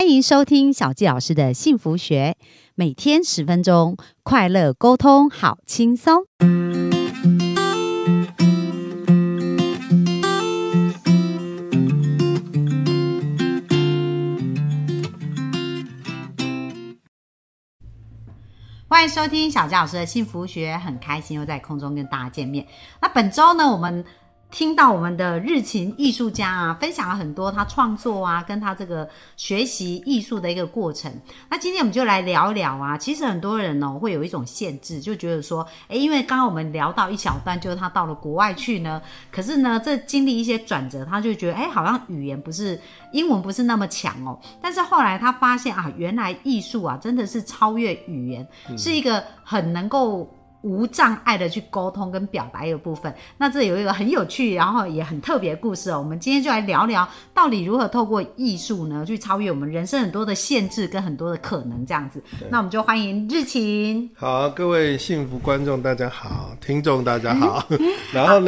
欢迎收听小纪老师的幸福学，每天10分钟，快乐沟通好轻松。欢迎收听小纪老师的幸福学，很开心又在空中跟大家见面。那本周呢，我们听到我们的日勤艺术家啊，分享了很多他创作啊，跟他这个学习艺术的一个过程。那今天我们就来聊聊啊，其实很多人哦会有一种限制，就觉得说，因为刚刚我们聊到一小段，就是他到了国外去呢，可是呢，这经历一些转折，他就觉得，好像英文不是那么强哦。但是后来他发现啊，原来艺术啊，真的是超越语言，是一个很能够无障碍的去沟通跟表达一个部分。那这有一个很有趣然后也很特别的故事哦，我们今天就来聊聊到底如何透过艺术呢去超越我们人生很多的限制跟很多的可能这样子。那我们就欢迎日勤。 好，各位幸福观众大家好，听众大家好然后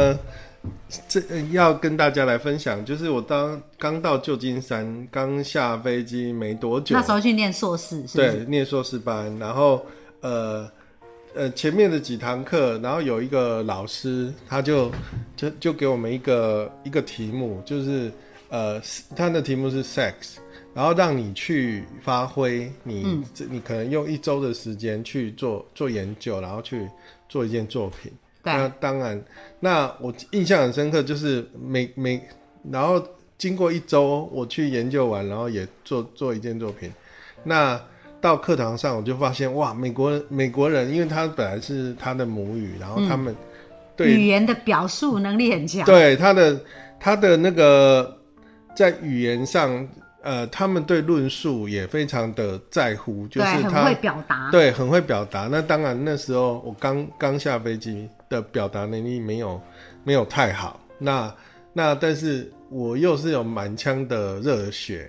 要跟大家来分享，就是我刚到旧金山，刚下飞机没多久， 那时候去念硕士是不是？ 对，念硕士班，然后前面的几堂课，然后有一个老师，他就给我们一个题目，就是他的题目是 sex， 然后让你去发挥你可能用1周的时间去做研究，然后去做一件作品。那当然，那我印象很深刻，就是然后经过1周，我去研究完，然后也做一件作品。那到课堂上我就发现，哇，美国人，因为他本来是他的母语，然后他们对语言的表述能力很强， 对他的那个在语言上，他们对论述也非常的在乎，就是他很会表达， 对，很会表达。那当然那时候我刚下飞机的表达能力没有太好，那但是我又是有满腔的热血，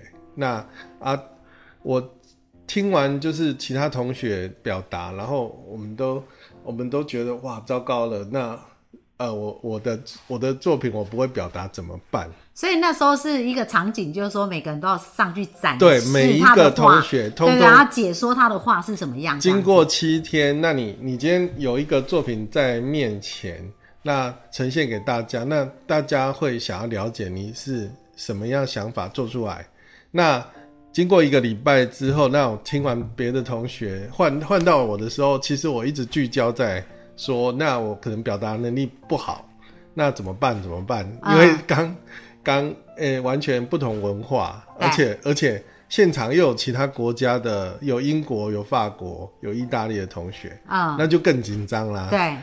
我听完就是其他同学表达，然后我们都觉得哇，糟糕了，那我的作品我不会表达怎么办？ 所以那时候是一个场景，就是说每个人都要上去展示对每一个同学通通然后解说他的话是什么样。 经过7天，那你今天有一个作品在面前，那呈现给大家，那大家会想要了解你是什么样想法做出来。那经过1个礼拜之后，那我听完别的同学换到我的时候，其实我一直聚焦在说，那我可能表达能力不好，那怎么办？因为刚完全不同文化，而且现场又有其他国家的，有英国、有法国、有意大利的同学，那就更紧张啦。 对，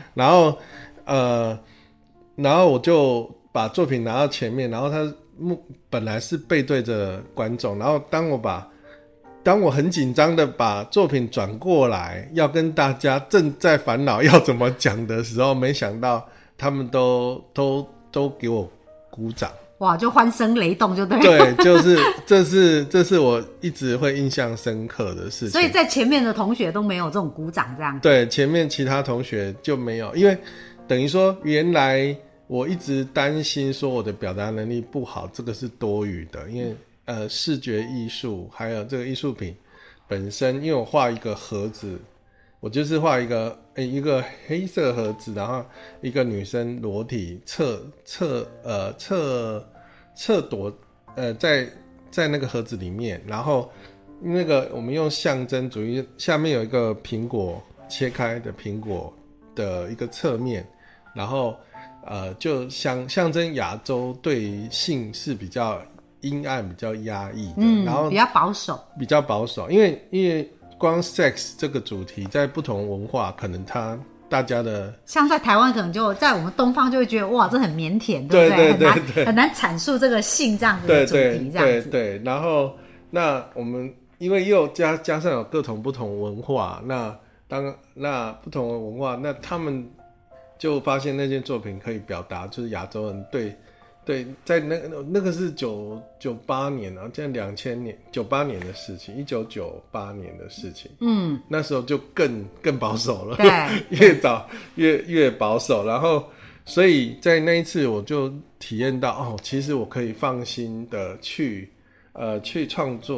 然后我就把作品拿到前面，然后他本来是背对着观众，然后当我很紧张的把作品转过来，要跟大家正在烦恼要怎么讲的时候，没想到他们都给我鼓掌。 哇，就欢声雷动就对了。 对，就是这是我一直会印象深刻的事情。 所以在前面的同学都没有这种鼓掌这样子。 对，前面其他同学就没有，因为等于说原来我一直担心说我的表达能力不好，这个是多余的，因为视觉艺术还有这个艺术品本身，因为我画一个盒子，我就是画一个黑色盒子，然后一个女生裸体侧躲在那个盒子里面，然后那个我们用象征主义，下面有一个苹果切开的苹果的一个侧面，然后就象征亚洲对于性是比较阴暗、比较压抑的，然后比较保守， 因为光 sex 这个主题在不同文化可能大家的像在台湾可能就在我们东方就会觉得哇这很腼腆，对不对？ 对， 很难阐述这个性这样子的主题这样子。 对，然后那我们因为又加上有各种不同文化，那不同的文化，那他们就发现那件作品可以表达就是亚洲人对，在那个是98年啊，这样2000年98年的事情，1998年的事情。那时候就更保守了，对，越早越保守。然后，所以在那一次我就体验到，其实我可以放心的去创作，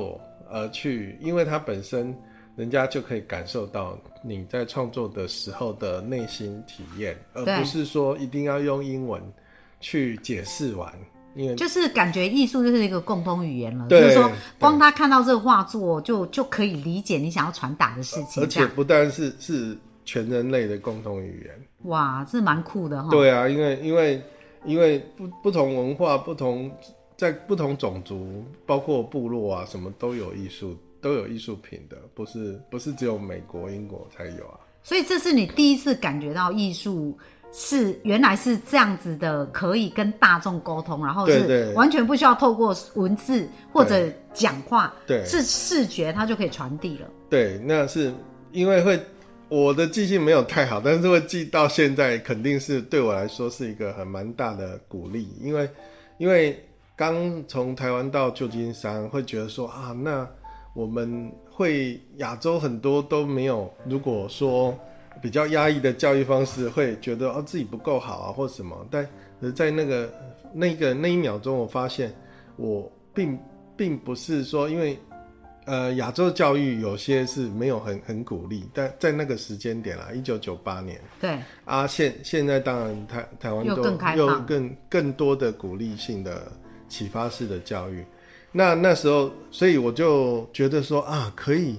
去，因为它本身人家就可以感受到你在创作的时候的内心体验，而不是说一定要用英文去解释完。因为就是感觉艺术就是一个共通语言了，就是说光他看到这个画作就可以理解你想要传达的事情， 而且不但是全人类的共同语言。 哇，这蛮酷的哈。 对啊，因为不同文化、在不同种族，包括部落啊，什么都有艺术品的，不是只有美国、英国才有啊。 所以这是你第一次感觉到艺术原来是这样子的，可以跟大众沟通，然后是完全不需要透过文字或者讲话，对，是视觉它就可以传递了。 对，那是因为我的记性没有太好，但是会记到现在，肯定是对我来说是一个蛮大的鼓励。因为刚从台湾到旧金山，会觉得说啊，那我们亚洲很多都没有，如果说比较压抑的教育方式，会觉得自己不够好啊或什么，但在那一秒钟，我发现我并不是说，因为亚洲教育有些是没有很鼓励，但在那个时间点啦，1998年， 对啊，现在当然台湾都有更多的鼓励性的启发式的教育，那时候，所以我就觉得说啊，可以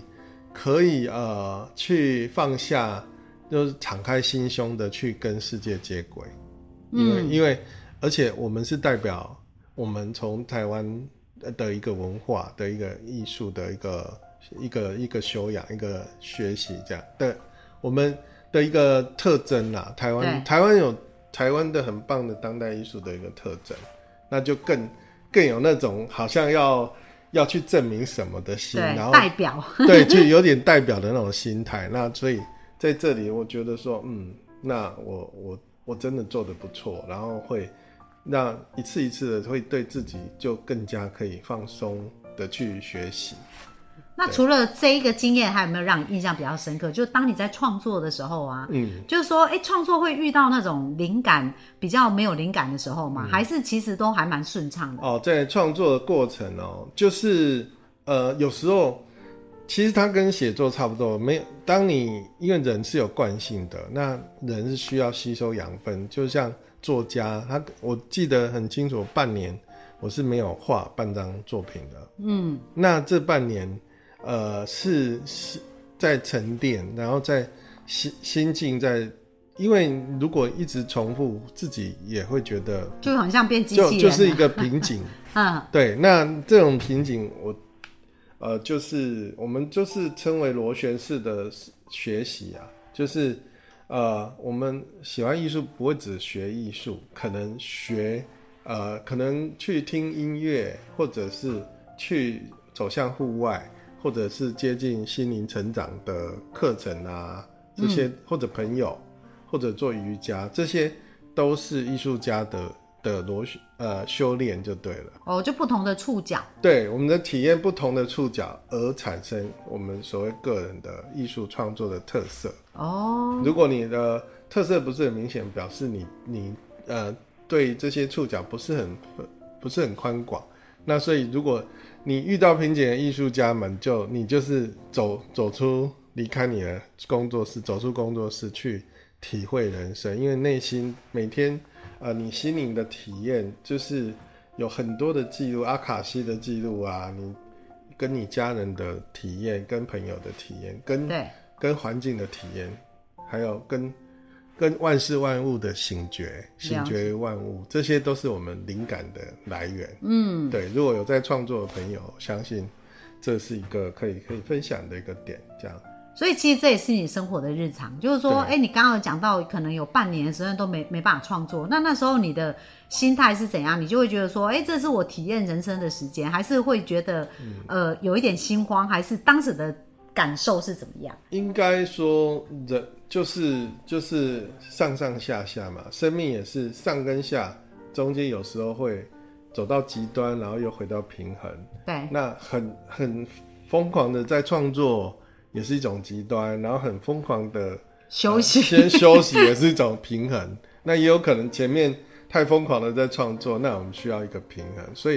去放下。就是敞开心胸的去跟世界接轨，因为而且我们是代表我们从台湾的一个文化的一个艺术的一个修养一个学习这样的我们的一个特征啦。台湾有台湾的很棒的当代艺术的一个特征，那就更有那种好像要去证明什么的心，然后代表对，就有点代表的那种心态。那所以在这里我觉得说那我真的做得不错，然后会让一次一次的会对自己就更加可以放松的去学习。 那除了这一个经验，还有没有让你印象比较深刻？就是当你在创作的时候啊，就是说创作会遇到那种灵感比较没有灵感的时候吗？还是其实都还蛮顺畅的？ 在创作的过程就是有时候其实它跟写作差不多，当你因为人是有惯性的，那人是需要吸收养分，就像作家我记得很清楚，半年我是没有画半张作品的。那这半年是在沉淀，然后在心境因为如果一直重复，自己也会觉得就很像变机器人， 就是一个瓶颈。对，那这种瓶颈就是我们就是称为螺旋式的学习啊，就是我们喜欢艺术不会只学艺术，可能可能去听音乐，或者是去走向户外，或者是接近心灵成长的课程啊，这些或者朋友，或者做瑜伽，这些都是艺术家的修炼就对了。 就不同的触角， 对，我们的体验不同的触角而产生我们所谓个人的艺术创作的特色。如果你的特色不是很明显，表示你对这些触角不是很宽广。那所以如果你遇到瓶颈的艺术家们，你就是走出离开你的工作室，走出工作室去体会人生，因为内心每天你心灵的体验就是有很多的记录，阿卡西的记录啊，你跟你家人的体验，跟朋友的体验，跟环境的体验，还有跟万事万物的醒觉于万物，这些都是我们灵感的来源。对，如果有在创作的朋友，相信这是一个可以分享的一个点，这样。 所以其实这也是你生活的日常，就是说你刚刚有讲到可能有半年的时间都没办法创作，那时候你的心态是怎样？你就会觉得说这是我体验人生的时间，还是会觉得有一点心慌，还是当时的感受是怎么样？ 应该说人就是上上下下嘛，生命也是上跟下，中间有时候会走到极端，然后又回到平衡。 对， 那很疯狂的在创作也是一种极端，然后很疯狂的休息先休息也是一种平衡。那也有可能前面太疯狂的在创作，那我们需要一个平衡。所以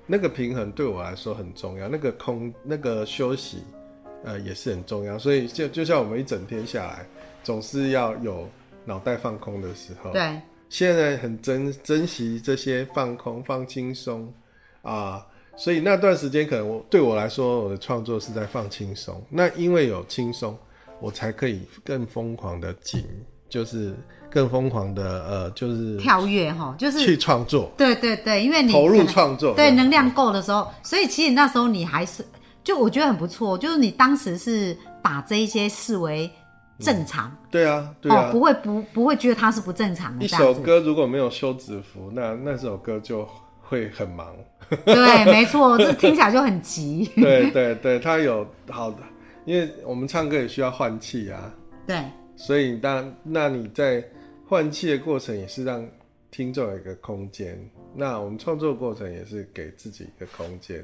那个平衡对我来说很重要，那个休息也是很重要，所以就像我们一整天下来总是要有脑袋放空的时候， 对， 现在很珍惜这些放空放轻松啊，所以那段时间可能对我来说，我的创作是在放轻松。那因为有轻松，我才可以更疯狂的就是更疯狂的就是跳跃哈，就是去创作。 对对对，因为你投入创作， 对，能量够的时候，所以其实那时候你还是就我觉得很不错，就是你当时是把这一些视为正常。 对啊，对啊， 不会觉得它是不正常的。 一首歌如果没有休止符，那首歌就会很忙。 对，没错，这听起来就很急。 对对对，它有好的，因为我们唱歌也需要换气啊。 对， 所以那你在换气的过程也是让听众有一个空间，那我们创作的过程也是给自己一个空间，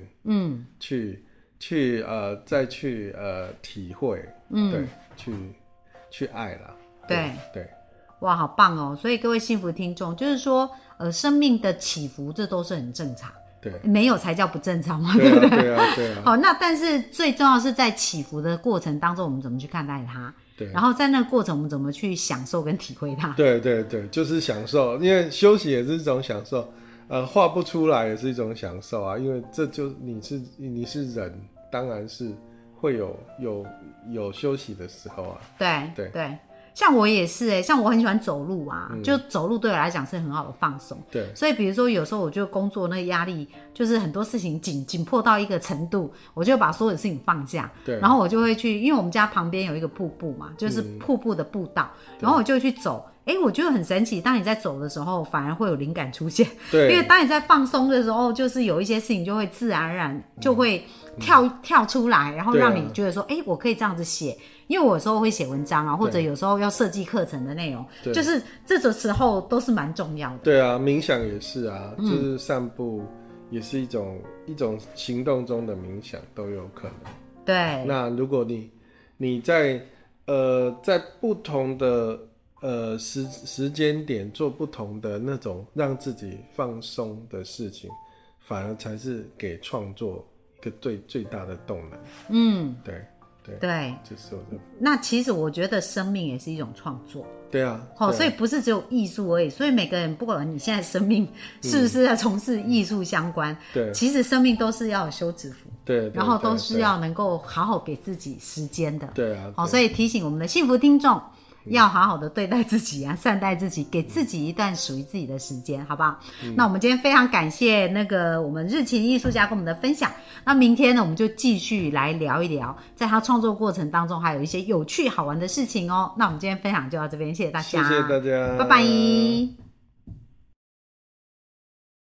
再去体会，对，去爱啦。 对对， 哇，好棒哦！所以各位幸福听众，就是说，生命的起伏，这都是很正常。 对， 没有才叫不正常嘛， 对不对？ 对啊，对啊。 好，那但是最重要是在起伏的过程当中，我们怎么去看待它？ 对， 然后在那个过程，我们怎么去享受跟体会它？ 对对对，就是享受，因为休息也是一种享受，画不出来也是一种享受啊，因为这就你是人，当然是会有休息的时候啊。 对对对。像我也是像我很喜欢走路啊，就走路对我来讲是很好的放松。 对， 所以比如说有时候我就工作那个压力，就是很多事情紧迫到一个程度，我就把所有的事情放下。 对， 然后我就会去，因为我们家旁边有一个瀑布嘛，就是瀑布的步道，然后我就去走。我觉得很神奇，当你在走的时候，反而会有灵感出现。 对， 因为当你在放松的时候，就是有一些事情就会自然而然就会跳出来，然后让你觉得说，我可以这样子写。因为我有时候会写文章啊，或者有时候要设计课程的内容，就是这种时候都是蛮重要的。 对啊，冥想也是啊，就是散步也是一种行动中的冥想都有可能。 对， 那如果你在不同的时间点做不同的那种让自己放松的事情，反而才是给创作一个最大的动能。对，就是我的。 那其实我觉得生命也是一种创作。 对啊， 所以不是只有艺术而已。所以每个人不管你现在生命是不是在从事艺术相关， 对， 其实生命都是要有休止符， 对， 然后都是要能够好好给自己时间的。 对啊， 所以提醒我们的幸福听众。要好好的对待自己啊，善待自己，给自己一段属于自己的时间，好不好？那我们今天非常感谢那个我们日勤艺术家跟我们的分享。那明天呢，我们就继续来聊一聊，在他创作过程当中还有一些有趣好玩的事情哦。那我们今天分享就到这边，谢谢大家， 谢谢大家， 拜拜。